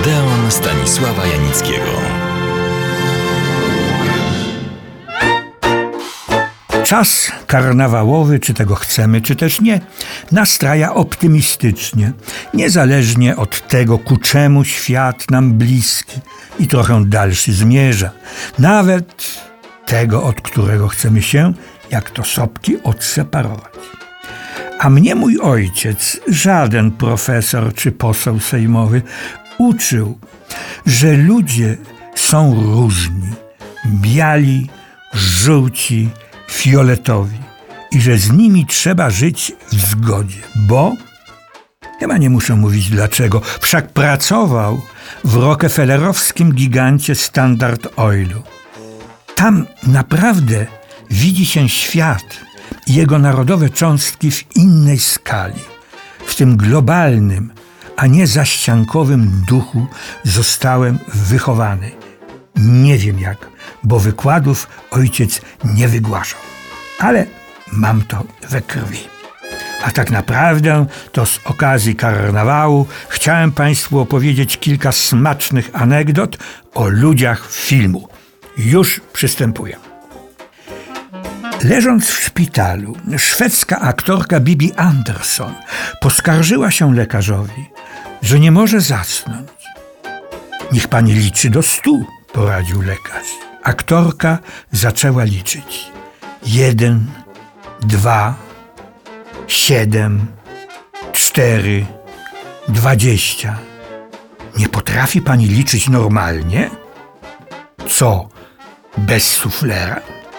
Odeon Stanisława Janickiego. Czas karnawałowy, czy tego chcemy, czy też nie, nastraja optymistycznie, niezależnie od tego, ku czemu świat nam bliski i trochę dalszy zmierza. Nawet tego, od którego chcemy się, jak to sopki, odseparować. A mnie mój ojciec, żaden profesor czy poseł sejmowy, uczył, że ludzie są różni, biali, żółci, fioletowi i że z nimi trzeba żyć w zgodzie, bo chyba nie muszę mówić dlaczego, wszak pracował w rockefellerowskim gigancie Standard Oilu. Tam naprawdę widzi się świat i jego narodowe cząstki w innej skali. W tym globalnym, a nie zaściankowym duchu zostałem wychowany. Nie wiem jak, bo wykładów ojciec nie wygłaszał. Ale mam to we krwi. A tak naprawdę to z okazji karnawału chciałem Państwu opowiedzieć kilka smacznych anegdot o ludziach filmu. Już przystępuję. Leżąc w szpitalu, szwedzka aktorka Bibi Andersson poskarżyła się lekarzowi, że nie może zasnąć. Niech pani liczy do 100, poradził lekarz. Aktorka zaczęła liczyć. 1, 2, 7, 4, 20. Nie potrafi pani liczyć normalnie? Co, bez suflera?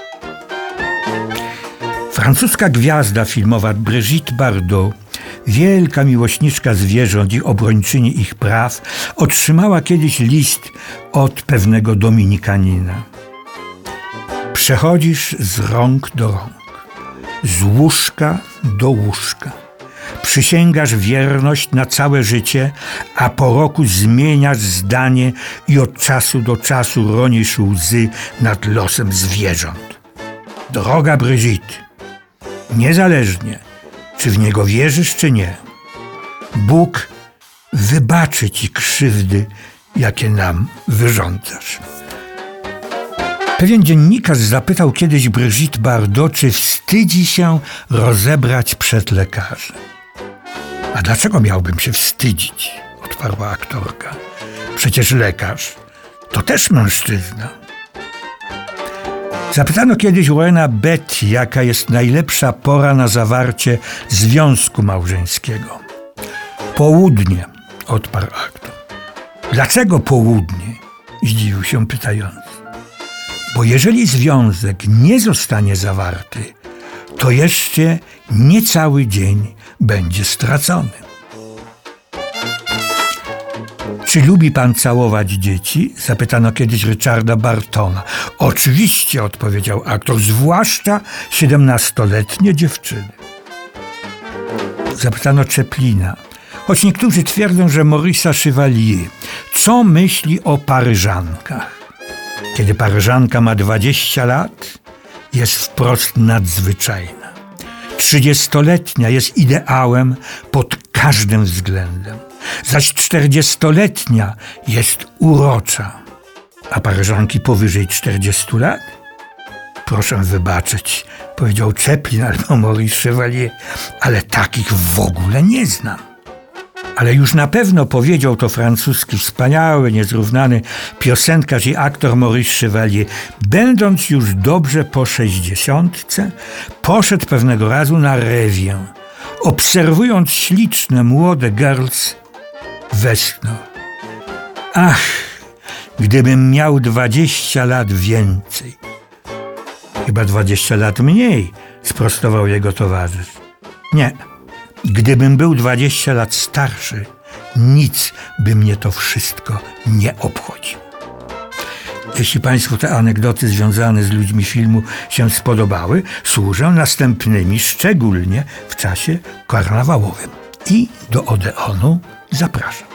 Francuska gwiazda filmowa Brigitte Bardot, wielka miłośniczka zwierząt i obrończyni ich praw, otrzymała kiedyś list od pewnego dominikanina. Przechodzisz z rąk do rąk, z łóżka do łóżka. Przysięgasz wierność na całe życie, a po roku zmieniasz zdanie i od czasu do czasu ronisz łzy nad losem zwierząt. Droga Brigitte, niezależnie, czy w Niego wierzysz, czy nie, Bóg wybaczy Ci krzywdy, jakie nam wyrządzasz. Pewien dziennikarz zapytał kiedyś Brigitte Bardot, czy wstydzi się rozebrać przed lekarzem. A dlaczego miałbym się wstydzić? Odparła aktorka. Przecież lekarz to też mężczyzna. Zapytano kiedyś Warrena Beatty, jaka jest najlepsza pora na zawarcie związku małżeńskiego. Południe, odparł aktor. Dlaczego południe? Zdziwił się pytający. Bo jeżeli związek nie zostanie zawarty, to jeszcze niecały dzień będzie stracony. Czy lubi pan całować dzieci? Zapytano kiedyś Richarda Bartona. Oczywiście, odpowiedział aktor, zwłaszcza 17-letnie dziewczyny. Zapytano Chaplina, choć niektórzy twierdzą, że Maurice'a Chevalier, co myśli o Paryżankach? Kiedy Paryżanka ma 20 lat, jest wprost nadzwyczajna. 30-letnia jest ideałem pod każdym względem. Zaś 40-letnia jest urocza. A Paryżanki powyżej 40 lat? Proszę wybaczyć, powiedział Chaplin albo Maurice Chevalier, ale takich w ogóle nie znam. Ale już na pewno powiedział to francuski wspaniały, niezrównany piosenkarz i aktor Maurice Chevalier. Będąc już dobrze po 60, poszedł pewnego razu na rewię. Obserwując śliczne, młode girls, westchnął. Ach, gdybym miał 20 lat więcej. Chyba 20 lat mniej, sprostował jego towarzysz. Nie. Gdybym był 20 lat starszy, nic by mnie to wszystko nie obchodziło. Jeśli Państwu te anegdoty związane z ludźmi filmu się spodobały, służę następnymi, szczególnie w czasie karnawałowym. I do Odeonu zapraszam.